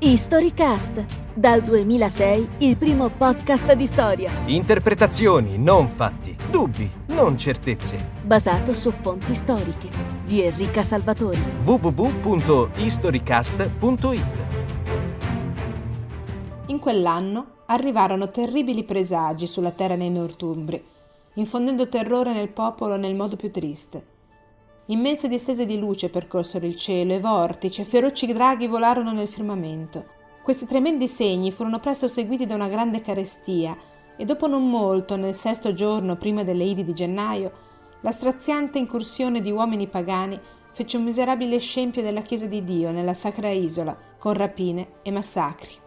Historycast, dal 2006 il primo podcast di storia. Interpretazioni, non fatti. Dubbi, non certezze. Basato su fonti storiche. Di Enrica Salvatori. www.historycast.it. In quell'anno arrivarono terribili presagi sulla terra nei Northumbri, infondendo terrore nel popolo nel modo più triste. Immense distese di luce percorsero il cielo e vortici e feroci draghi volarono nel firmamento. Questi tremendi segni furono presto seguiti da una grande carestia e dopo non molto, nel 6° giorno prima delle Idi di gennaio, la straziante incursione di uomini pagani fece un miserabile scempio della Chiesa di Dio nella Sacra Isola, con rapine e massacri.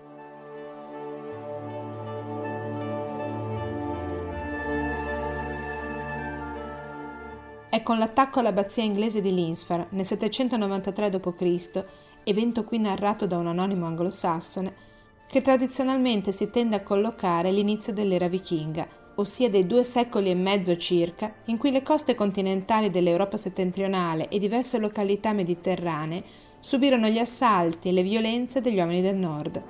È con l'attacco all'abbazia inglese di Linsfar nel 793 d.C., evento qui narrato da un anonimo anglosassone, che tradizionalmente si tende a collocare l'inizio dell'era vichinga, ossia dei 2 secoli e mezzo circa, in cui le coste continentali dell'Europa settentrionale e diverse località mediterranee subirono gli assalti e le violenze degli uomini del nord.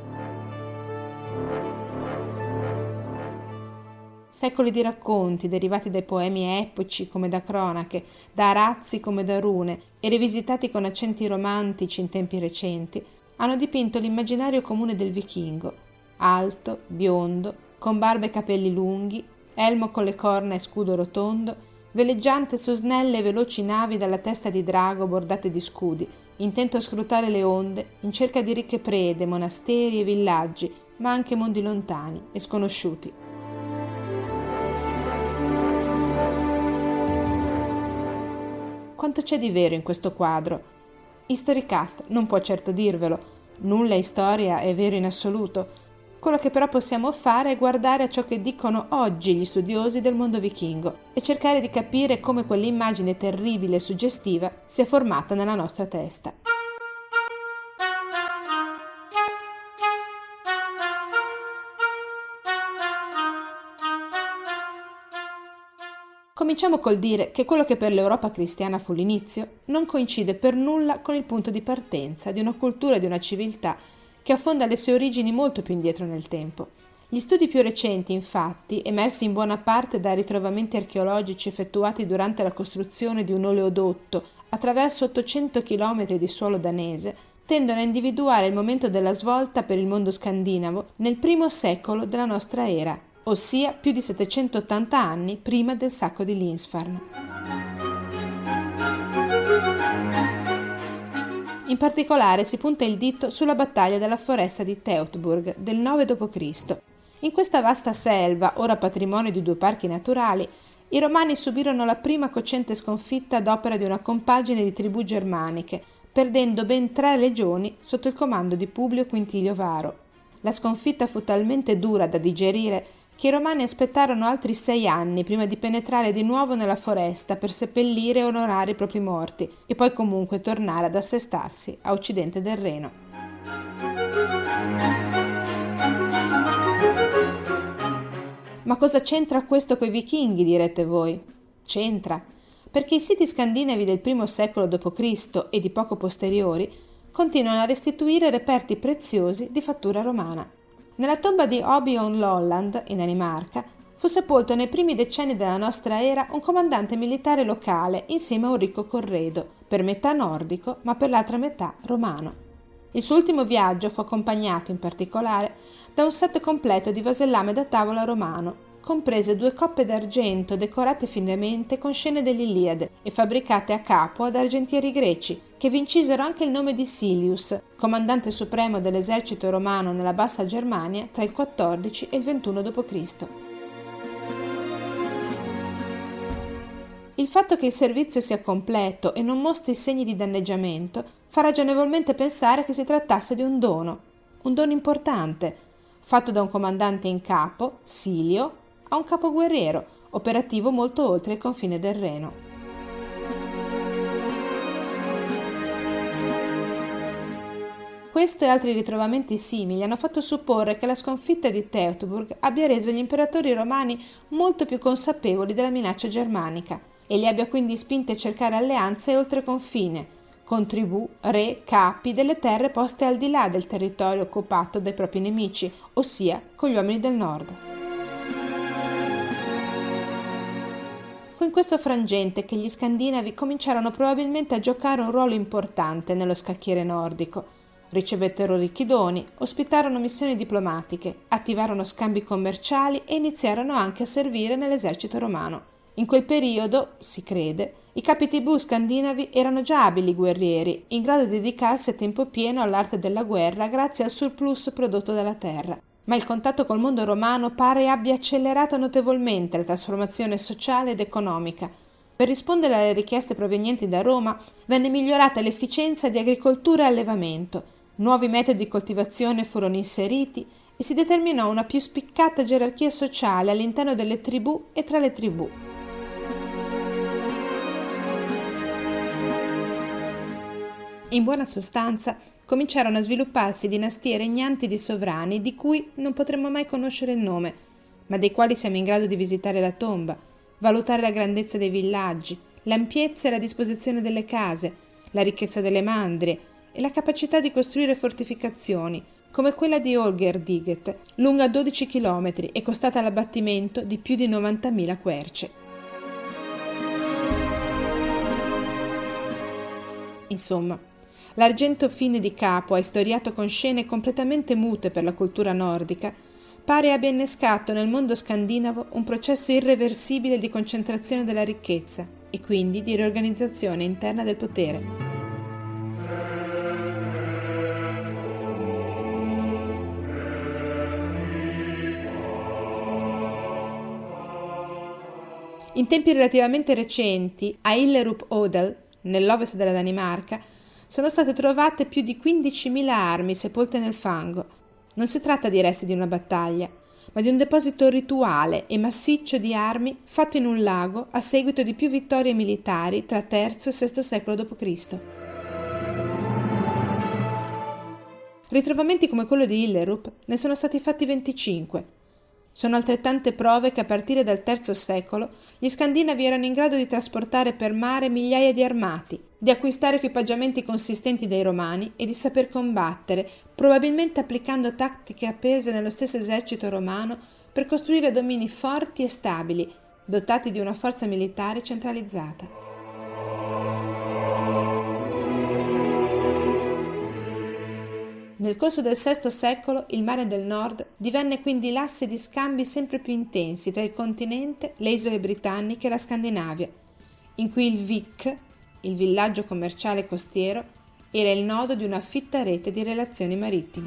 Secoli di racconti derivati dai poemi epici come da cronache, da arazzi come da rune e rivisitati con accenti romantici in tempi recenti, hanno dipinto l'immaginario comune del vichingo, alto, biondo, con barba e capelli lunghi, elmo con le corna e scudo rotondo, veleggiante su snelle e veloci navi dalla testa di drago bordate di scudi, intento a scrutare le onde in cerca di ricche prede, monasteri e villaggi, ma anche mondi lontani e sconosciuti. Quanto c'è di vero in questo quadro? Historycast non può certo dirvelo, nulla in storia è vero in assoluto. Quello che però possiamo fare è guardare a ciò che dicono oggi gli studiosi del mondo vichingo e cercare di capire come quell'immagine terribile e suggestiva sia formata nella nostra testa. Cominciamo col dire che quello che per l'Europa cristiana fu l'inizio non coincide per nulla con il punto di partenza di una cultura e di una civiltà che affonda le sue origini molto più indietro nel tempo. Gli studi più recenti, infatti, emersi in buona parte da ritrovamenti archeologici effettuati durante la costruzione di un oleodotto attraverso 800 km di suolo danese, tendono a individuare il momento della svolta per il mondo scandinavo nel I secolo della nostra era, ossia più di 780 anni prima del sacco di Linsfarne. In particolare si punta il dito sulla battaglia della foresta di Teutoburg del 9 d.C. In questa vasta selva, ora patrimonio di 2 parchi naturali, i Romani subirono la prima cocente sconfitta ad opera di una compagine di tribù germaniche, perdendo ben 3 legioni sotto il comando di Publio Quintilio Varo. La sconfitta fu talmente dura da digerire che i Romani aspettarono altri 6 anni prima di penetrare di nuovo nella foresta per seppellire e onorare i propri morti e poi comunque tornare ad assestarsi a occidente del Reno. Ma cosa c'entra questo coi vichinghi, direte voi? C'entra, perché i siti scandinavi del I secolo d.C. e di poco posteriori continuano a restituire reperti preziosi di fattura romana. Nella tomba di Obion Lolland, in Danimarca, fu sepolto nei primi decenni della nostra era un comandante militare locale insieme a un ricco corredo, per metà nordico ma per l'altra metà romano. Il suo ultimo viaggio fu accompagnato in particolare da un set completo di vasellame da tavola romano, comprese 2 coppe d'argento decorate finemente con scene dell'Iliade e fabbricate a capo ad argentieri greci, che vi incisero anche il nome di Silius, comandante supremo dell'esercito romano nella Bassa Germania tra il 14 e il 21 d.C. Il fatto che il servizio sia completo e non mostri segni di danneggiamento fa ragionevolmente pensare che si trattasse di un dono importante, fatto da un comandante in capo, Silio, a un capoguerriero, operativo molto oltre il confine del Reno. Questo e altri ritrovamenti simili hanno fatto supporre che la sconfitta di Teutoburg abbia reso gli imperatori romani molto più consapevoli della minaccia germanica e li abbia quindi spinti a cercare alleanze oltre confine, con tribù, re, capi delle terre poste al di là del territorio occupato dai propri nemici, ossia con gli uomini del nord. Fu in questo frangente che gli scandinavi cominciarono probabilmente a giocare un ruolo importante nello scacchiere nordico. Ricevettero ricchi doni, ospitarono missioni diplomatiche, attivarono scambi commerciali e iniziarono anche a servire nell'esercito romano. In quel periodo, si crede, i capi tribù scandinavi erano già abili guerrieri, in grado di dedicarsi a tempo pieno all'arte della guerra grazie al surplus prodotto dalla terra. Ma il contatto col mondo romano pare abbia accelerato notevolmente la trasformazione sociale ed economica. Per rispondere alle richieste provenienti da Roma, venne migliorata l'efficienza di agricoltura e allevamento, nuovi metodi di coltivazione furono inseriti e si determinò una più spiccata gerarchia sociale all'interno delle tribù e tra le tribù. In buona sostanza, cominciarono a svilupparsi dinastie regnanti di sovrani di cui non potremmo mai conoscere il nome, ma dei quali siamo in grado di visitare la tomba, valutare la grandezza dei villaggi, l'ampiezza e la disposizione delle case, la ricchezza delle mandrie e la capacità di costruire fortificazioni, come quella di Olgerdiget, lunga 12 chilometri e costata l'abbattimento di più di 90.000 querce. Insomma, l'argento fine di Capo, istoriato con scene completamente mute per la cultura nordica, pare abbia innescato nel mondo scandinavo un processo irreversibile di concentrazione della ricchezza e quindi di riorganizzazione interna del potere. In tempi relativamente recenti, a Illerup Odel, nell'ovest della Danimarca, sono state trovate più di 15.000 armi sepolte nel fango. Non si tratta di resti di una battaglia, ma di un deposito rituale e massiccio di armi fatto in un lago a seguito di più vittorie militari tra III e VI secolo d.C. Ritrovamenti come quello di Illerup ne sono stati fatti 25. Sono altrettante prove che a partire dal III secolo gli scandinavi erano in grado di trasportare per mare migliaia di armati, di acquistare equipaggiamenti consistenti dai romani e di saper combattere, probabilmente applicando tattiche appese nello stesso esercito romano per costruire domini forti e stabili, dotati di una forza militare centralizzata. Nel corso del VI secolo il mare del nord divenne quindi l'asse di scambi sempre più intensi tra il continente, le isole britanniche e la Scandinavia, in cui il Vik, il villaggio commerciale costiero, era il nodo di una fitta rete di relazioni marittime.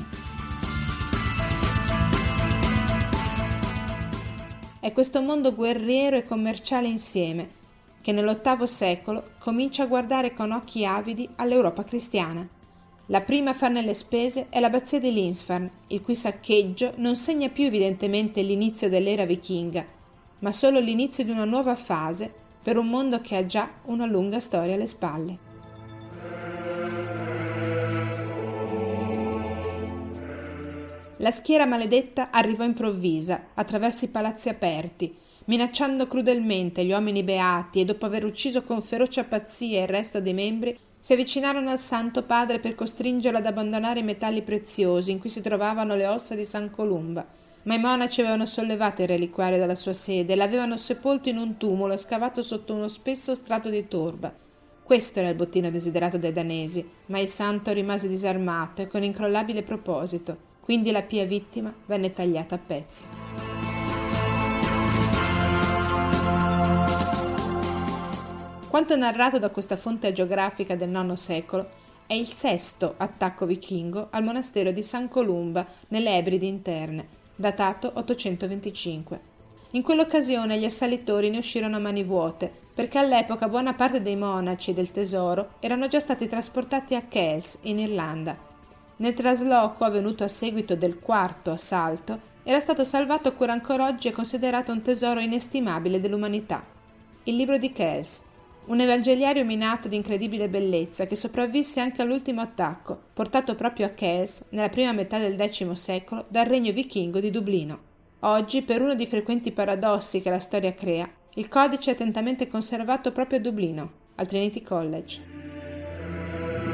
È questo mondo guerriero e commerciale insieme che nell'VIII secolo comincia a guardare con occhi avidi all'Europa cristiana. La prima a farne le spese è l'abbazia di Linsfarn, il cui saccheggio non segna più evidentemente l'inizio dell'era vichinga, ma solo l'inizio di una nuova fase per un mondo che ha già una lunga storia alle spalle. La schiera maledetta arrivò improvvisa, attraverso i palazzi aperti, minacciando crudelmente gli uomini beati e dopo aver ucciso con ferocia pazzia il resto dei membri, si avvicinarono al Santo Padre per costringerlo ad abbandonare i metalli preziosi in cui si trovavano le ossa di San Columba, ma i monaci avevano sollevato il reliquario dalla sua sede e l'avevano sepolto in un tumulo scavato sotto uno spesso strato di torba. Questo era il bottino desiderato dai danesi, ma il santo rimase disarmato e con incrollabile proposito, quindi la pia vittima venne tagliata a pezzi. Quanto narrato da questa fonte agiografica del IX secolo è il sesto attacco vichingo al monastero di San Columba nelle Ebridi interne, datato 825. In quell'occasione gli assalitori ne uscirono a mani vuote, perché all'epoca buona parte dei monaci del tesoro erano già stati trasportati a Kells, in Irlanda. Nel trasloco avvenuto a seguito del quarto assalto era stato salvato quello ancora oggi è considerato un tesoro inestimabile dell'umanità, il libro di Kells, un evangeliario minato di incredibile bellezza che sopravvisse anche all'ultimo attacco, portato proprio a Kells nella prima metà del X secolo dal regno vichingo di Dublino. Oggi, per uno dei frequenti paradossi che la storia crea, il codice è attentamente conservato proprio a Dublino, al Trinity College.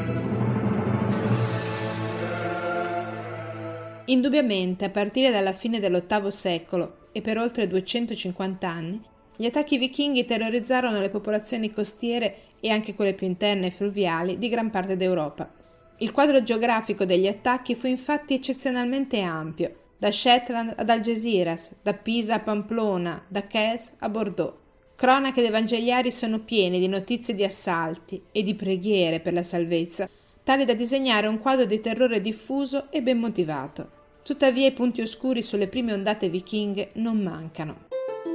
Indubbiamente, a partire dalla fine dell'VIII secolo e per oltre 250 anni, gli attacchi vichinghi terrorizzarono le popolazioni costiere e anche quelle più interne e fluviali di gran parte d'Europa. Il quadro geografico degli attacchi fu infatti eccezionalmente ampio, da Shetland ad Algeciras, da Pisa a Pamplona, da Kells a Bordeaux. Cronache ed evangeliari sono pieni di notizie di assalti e di preghiere per la salvezza, tali da disegnare un quadro di terrore diffuso e ben motivato. Tuttavia i punti oscuri sulle prime ondate vichinghe non mancano.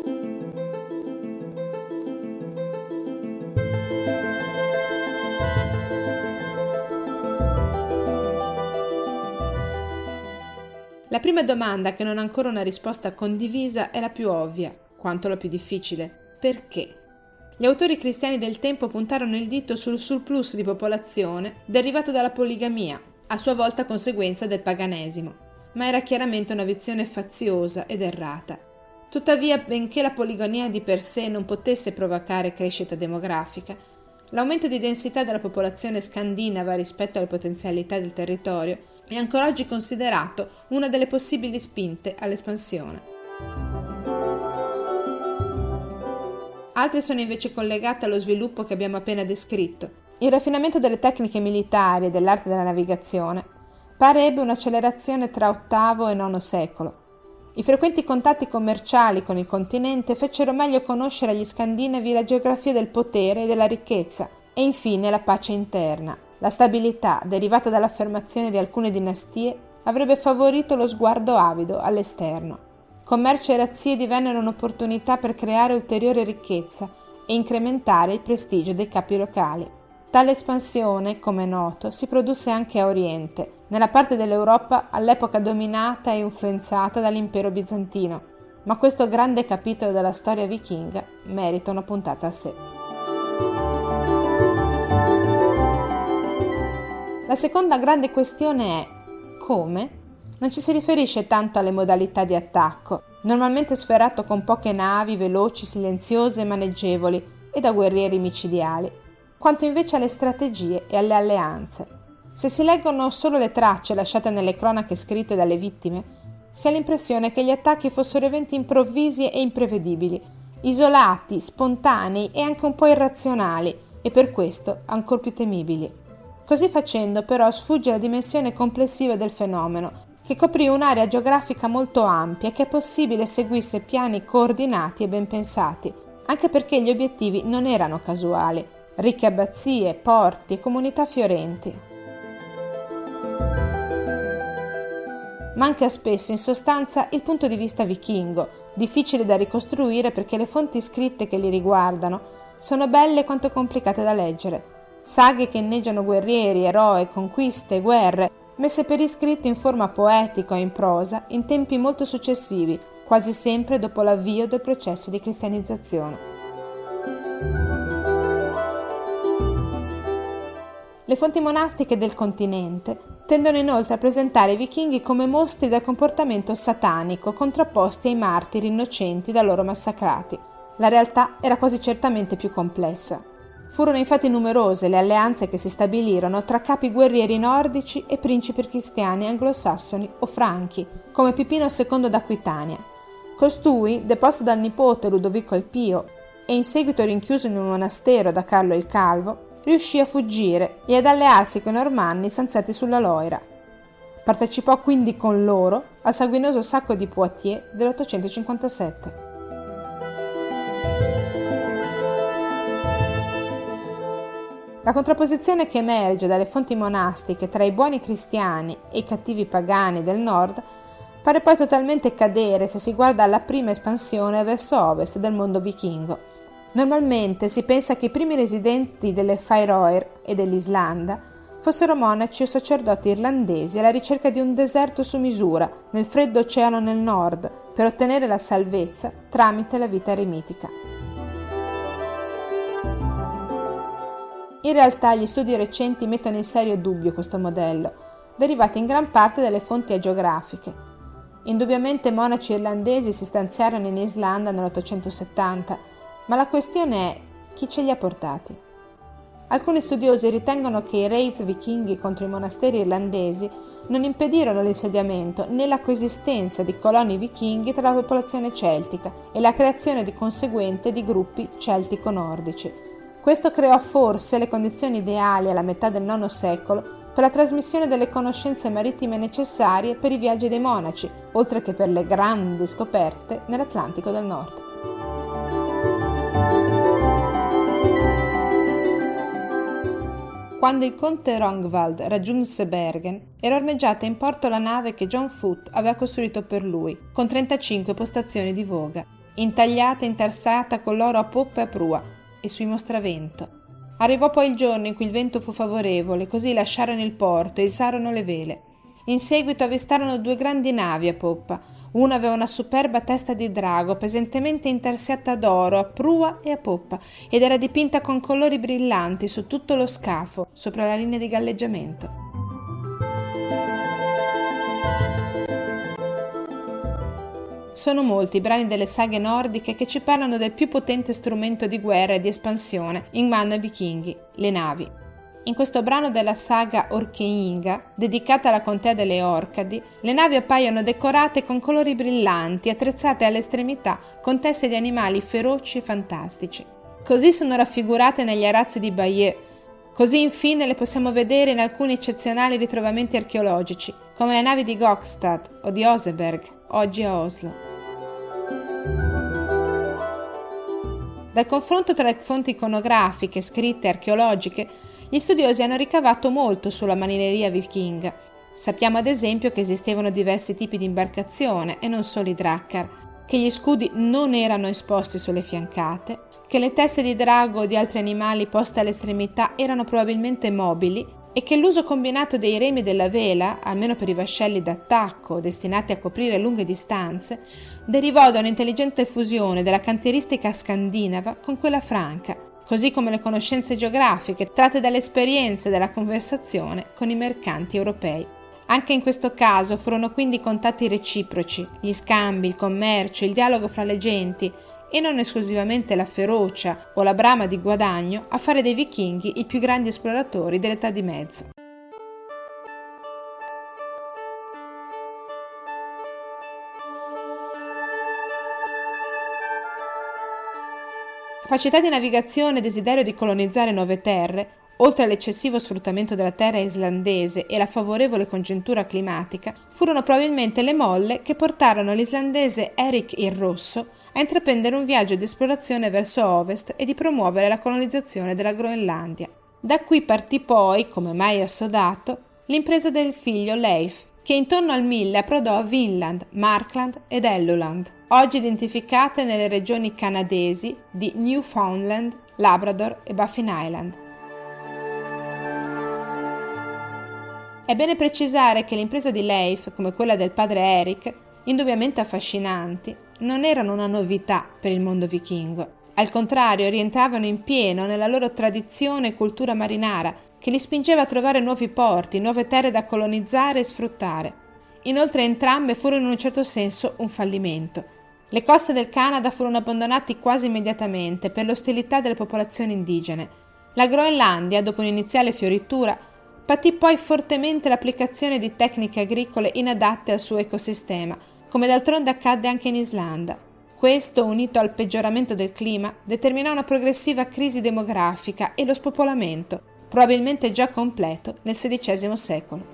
La prima domanda, che non ha ancora una risposta condivisa, è la più ovvia, quanto la più difficile. Perché? Gli autori cristiani del tempo puntarono il dito sul surplus di popolazione derivato dalla poligamia, a sua volta conseguenza del paganesimo, ma era chiaramente una visione faziosa ed errata. Tuttavia, benché la poligamia di per sé non potesse provocare crescita demografica, l'aumento di densità della popolazione scandinava rispetto alle potenzialità del territorio è ancora oggi considerato una delle possibili spinte all'espansione. Altre sono invece collegate allo sviluppo che abbiamo appena descritto. Il raffinamento delle tecniche militari e dell'arte della navigazione pare ebbe un'accelerazione tra VIII e IX secolo. I frequenti contatti commerciali con il continente fecero meglio conoscere agli scandinavi la geografia del potere e della ricchezza e infine la pace interna. La stabilità derivata dall'affermazione di alcune dinastie avrebbe favorito lo sguardo avido all'esterno. Commercio e razzie divennero un'opportunità per creare ulteriore ricchezza e incrementare il prestigio dei capi locali. Tale espansione, come è noto, si produsse anche a Oriente, nella parte dell'Europa all'epoca dominata e influenzata dall'impero bizantino, ma questo grande capitolo della storia vichinga merita una puntata a sé. La seconda grande questione è: come? Non ci si riferisce tanto alle modalità di attacco, normalmente sferrato con poche navi, veloci, silenziose e maneggevoli, e da guerrieri micidiali, quanto invece alle strategie e alle alleanze. Se si leggono solo le tracce lasciate nelle cronache scritte dalle vittime, si ha l'impressione che gli attacchi fossero eventi improvvisi e imprevedibili, isolati, spontanei e anche un po' irrazionali, e per questo ancor più temibili. Così facendo, però, sfugge la dimensione complessiva del fenomeno, che coprì un'area geografica molto ampia e che è possibile seguisse piani coordinati e ben pensati, anche perché gli obiettivi non erano casuali: ricche abbazie, porti e comunità fiorenti. Manca spesso, in sostanza, il punto di vista vichingo, difficile da ricostruire perché le fonti scritte che li riguardano sono belle quanto complicate da leggere. Saghe che inneggiano guerrieri, eroi, conquiste, guerre, messe per iscritto in forma poetica o in prosa in tempi molto successivi, quasi sempre dopo l'avvio del processo di cristianizzazione. Le fonti monastiche del continente tendono inoltre a presentare i vichinghi come mostri dal comportamento satanico, contrapposti ai martiri innocenti da loro massacrati. La realtà era quasi certamente più complessa. Furono infatti numerose le alleanze che si stabilirono tra capi guerrieri nordici e principi cristiani anglosassoni o franchi, come Pipino II d'Aquitania. Costui, deposto dal nipote Ludovico il Pio e in seguito rinchiuso in un monastero da Carlo il Calvo, riuscì a fuggire e ad allearsi con i normanni stanziati sulla Loira. Partecipò quindi con loro al sanguinoso sacco di Poitiers dell'857. La contrapposizione che emerge dalle fonti monastiche tra i buoni cristiani e i cattivi pagani del nord pare poi totalmente cadere se si guarda alla prima espansione verso ovest del mondo vichingo. Normalmente si pensa che i primi residenti delle Faroe e dell'Islanda fossero monaci o sacerdoti irlandesi alla ricerca di un deserto su misura nel freddo oceano nel nord per ottenere la salvezza tramite la vita eremitica. In realtà gli studi recenti mettono in serio dubbio questo modello, derivato in gran parte dalle fonti agiografiche. Indubbiamente monaci irlandesi si stanziarono in Islanda nell'870, ma la questione è: chi ce li ha portati? Alcuni studiosi ritengono che i raids vichinghi contro i monasteri irlandesi non impedirono l'insediamento né la coesistenza di coloni vichinghi tra la popolazione celtica e la creazione di conseguente di gruppi celtico-nordici. Questo creò forse le condizioni ideali alla metà del IX secolo per la trasmissione delle conoscenze marittime necessarie per i viaggi dei monaci, oltre che per le grandi scoperte nell'Atlantico del Nord. Quando il conte Rongvald raggiunse Bergen, era ormeggiata in porto la nave che John Foote aveva costruito per lui, con 35 postazioni di voga, intagliata e intarsata con l'oro a poppa e a prua e sui mostravento. Arrivò poi il giorno in cui il vento fu favorevole, così lasciarono il porto e issarono le vele. In seguito avvistarono 2 grandi navi a poppa. Una aveva una superba testa di drago pesantemente intarsiata d'oro a prua e a poppa ed era dipinta con colori brillanti su tutto lo scafo, sopra la linea di galleggiamento. Sono molti i brani delle saghe nordiche che ci parlano del più potente strumento di guerra e di espansione in mano ai vichinghi, le navi. In questo brano della saga Orkneyinga, dedicata alla contea delle Orcadi, le navi appaiono decorate con colori brillanti, attrezzate alle estremità con teste di animali feroci e fantastici. Così sono raffigurate negli arazzi di Bayeux. Così infine le possiamo vedere in alcuni eccezionali ritrovamenti archeologici, come le navi di Gokstad o di Oseberg, oggi a Oslo. Dal confronto tra le fonti iconografiche, scritte e archeologiche, gli studiosi hanno ricavato molto sulla marineria vichinga. Sappiamo ad esempio che esistevano diversi tipi di imbarcazione e non solo i drakkar, che gli scudi non erano esposti sulle fiancate, che le teste di drago o di altri animali poste alle estremità erano probabilmente mobili e che l'uso combinato dei remi della vela, almeno per i vascelli d'attacco destinati a coprire lunghe distanze, derivò da un'intelligente fusione della cantieristica scandinava con quella franca, così come le conoscenze geografiche tratte dalle esperienze della conversazione con i mercanti europei. Anche in questo caso furono quindi contatti reciproci, gli scambi, il commercio, il dialogo fra le genti e non esclusivamente la ferocia o la brama di guadagno a fare dei vichinghi i più grandi esploratori dell'età di mezzo. Capacità di navigazione e desiderio di colonizzare nuove terre, oltre all'eccessivo sfruttamento della terra islandese e la favorevole congiuntura climatica, furono probabilmente le molle che portarono l'islandese Erik il Rosso a intraprendere un viaggio di esplorazione verso ovest e di promuovere la colonizzazione della Groenlandia. Da qui partì poi, come mai assodato, l'impresa del figlio Leif, che intorno al 1000 approdò a Vinland, Markland ed Helluland, oggi identificate nelle regioni canadesi di Newfoundland, Labrador e Baffin Island. È bene precisare che l'impresa di Leif, come quella del padre Erik, indubbiamente affascinanti, non erano una novità per il mondo vichingo. Al contrario, rientravano in pieno nella loro tradizione e cultura marinara, che li spingeva a trovare nuovi porti, nuove terre da colonizzare e sfruttare. Inoltre entrambe furono in un certo senso un fallimento. Le coste del Canada furono abbandonate quasi immediatamente per l'ostilità delle popolazioni indigene. La Groenlandia, dopo un'iniziale fioritura, patì poi fortemente l'applicazione di tecniche agricole inadatte al suo ecosistema, come d'altronde accadde anche in Islanda. Questo, unito al peggioramento del clima, determinò una progressiva crisi demografica e lo spopolamento, probabilmente già completo nel XVI secolo.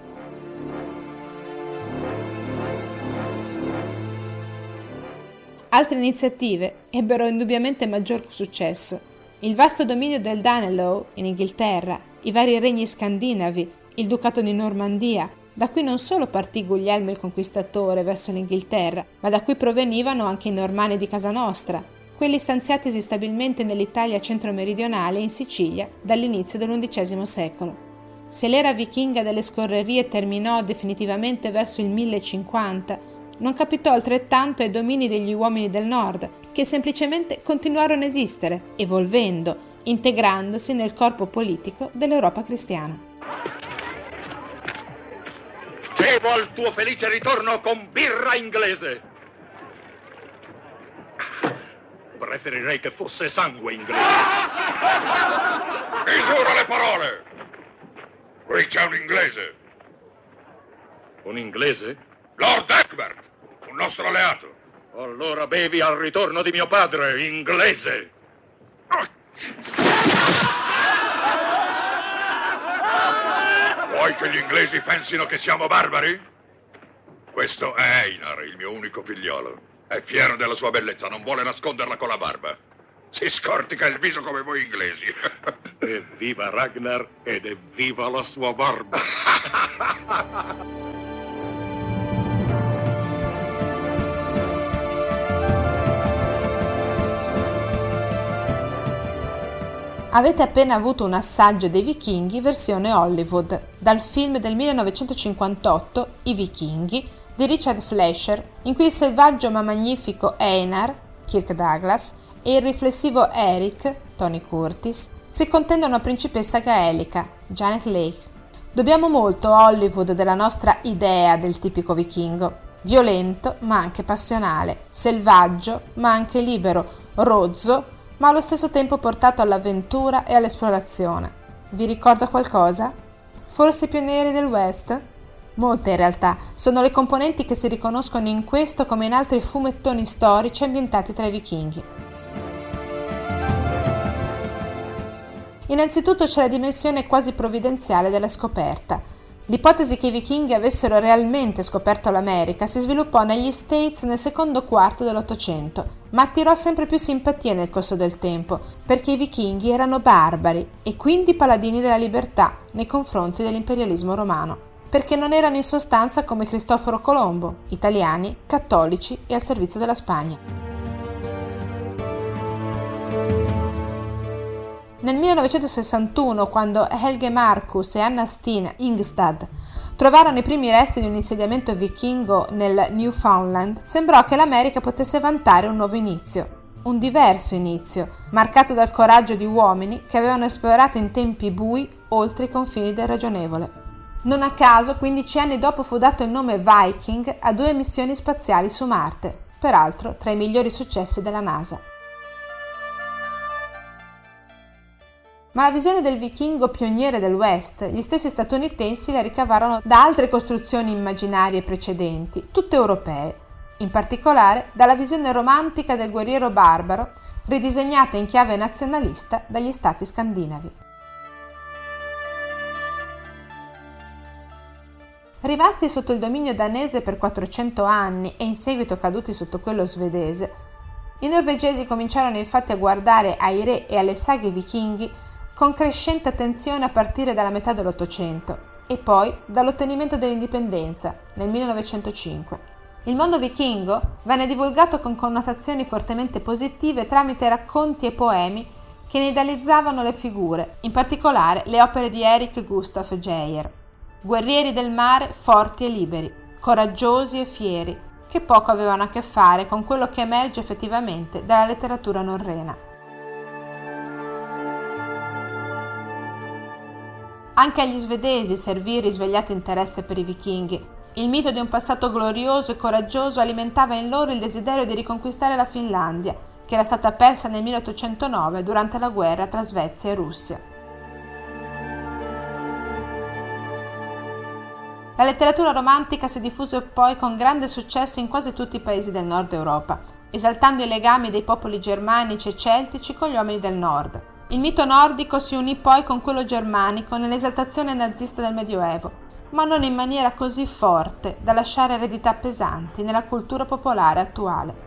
Altre iniziative ebbero indubbiamente maggior successo. Il vasto dominio del Danelaw in Inghilterra, i vari regni scandinavi, il ducato di Normandia, da cui non solo partì Guglielmo il Conquistatore verso l'Inghilterra, ma da cui provenivano anche i normanni di casa nostra, quelli stanziatisi stabilmente nell'Italia centro-meridionale e in Sicilia dall'inizio dell'XI secolo. Se l'era vichinga delle scorrerie terminò definitivamente verso il 1050, non capitò altrettanto ai domini degli uomini del nord, che semplicemente continuarono a esistere, evolvendo, integrandosi nel corpo politico dell'Europa cristiana. Devo al tuo felice ritorno con birra inglese. Preferirei che fosse sangue inglese. Misura le parole! Qui c'è un inglese. Un inglese? Lord Egbert, un nostro alleato. Allora bevi al ritorno di mio padre, inglese. Vuoi che gli inglesi pensino che siamo barbari? Questo è Einar, il mio unico figliolo. È fiero della sua bellezza, non vuole nasconderla con la barba. Si scortica il viso come voi inglesi. Evviva Ragnar ed evviva la sua barba. Avete appena avuto un assaggio dei Vichinghi versione Hollywood, dal film del 1958 I Vichinghi di Richard Fleischer, in cui il selvaggio ma magnifico Einar, Kirk Douglas, e il riflessivo Eric, Tony Curtis, si contendono una principessa gaelica, Janet Leigh. Dobbiamo molto a Hollywood della nostra idea del tipico vichingo, violento ma anche passionale, selvaggio ma anche libero, rozzo ma allo stesso tempo portato all'avventura e all'esplorazione. Vi ricorda qualcosa? Forse i pionieri del West? Molte in realtà sono le componenti che si riconoscono in questo come in altri fumettoni storici ambientati tra i vichinghi. Innanzitutto c'è la dimensione quasi provvidenziale della scoperta. L'ipotesi che i vichinghi avessero realmente scoperto l'America si sviluppò negli States nel secondo quarto dell'Ottocento, ma attirò sempre più simpatia nel corso del tempo, perché i vichinghi erano barbari e quindi paladini della libertà nei confronti dell'imperialismo romano, perché non erano in sostanza come Cristoforo Colombo, italiani, cattolici e al servizio della Spagna. Nel 1961, quando Helge Marcus e Anna Steen Ingstad trovarono i primi resti di un insediamento vichingo nel Newfoundland, sembrò che l'America potesse vantare un nuovo inizio, un diverso inizio, marcato dal coraggio di uomini che avevano esplorato in tempi bui oltre i confini del ragionevole. Non a caso, 15 anni dopo fu dato il nome Viking a 2 missioni spaziali su Marte, peraltro tra i migliori successi della NASA. Ma la visione del vichingo pioniere del West, gli stessi statunitensi la ricavarono da altre costruzioni immaginarie precedenti, tutte europee, in particolare dalla visione romantica del guerriero barbaro, ridisegnata in chiave nazionalista dagli stati scandinavi. Rimasti sotto il dominio danese per 400 anni e in seguito caduti sotto quello svedese, i norvegesi cominciarono infatti a guardare ai re e alle saghe vichinghi con crescente attenzione a partire dalla metà dell'Ottocento e poi dall'ottenimento dell'indipendenza nel 1905. Il mondo vichingo venne divulgato con connotazioni fortemente positive tramite racconti e poemi che ne idealizzavano le figure, in particolare le opere di Erik Gustaf Geyer. Guerrieri del mare forti e liberi, coraggiosi e fieri, che poco avevano a che fare con quello che emerge effettivamente dalla letteratura norrena. Anche agli svedesi servì il risvegliato interesse per i vichinghi. Il mito di un passato glorioso e coraggioso alimentava in loro il desiderio di riconquistare la Finlandia, che era stata persa nel 1809 durante la guerra tra Svezia e Russia. La letteratura romantica si diffuse poi con grande successo in quasi tutti i paesi del nord Europa, esaltando i legami dei popoli germanici e celtici con gli uomini del nord. Il mito nordico si unì poi con quello germanico nell'esaltazione nazista del Medioevo, ma non in maniera così forte da lasciare eredità pesanti nella cultura popolare attuale.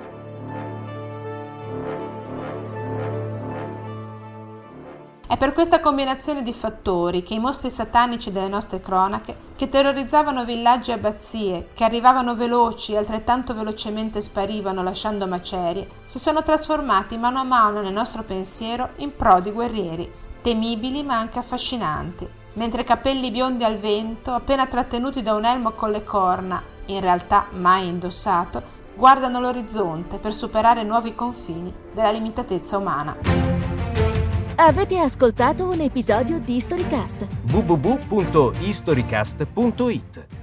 È per questa combinazione di fattori che i mostri satanici delle nostre cronache, che terrorizzavano villaggi e abbazie, che arrivavano veloci e altrettanto velocemente sparivano lasciando macerie, si sono trasformati mano a mano nel nostro pensiero in prodi guerrieri, temibili ma anche affascinanti, mentre capelli biondi al vento, appena trattenuti da un elmo con le corna, in realtà mai indossato, guardano l'orizzonte per superare nuovi confini della limitatezza umana. Avete ascoltato un episodio di Historycast. www.historycast.it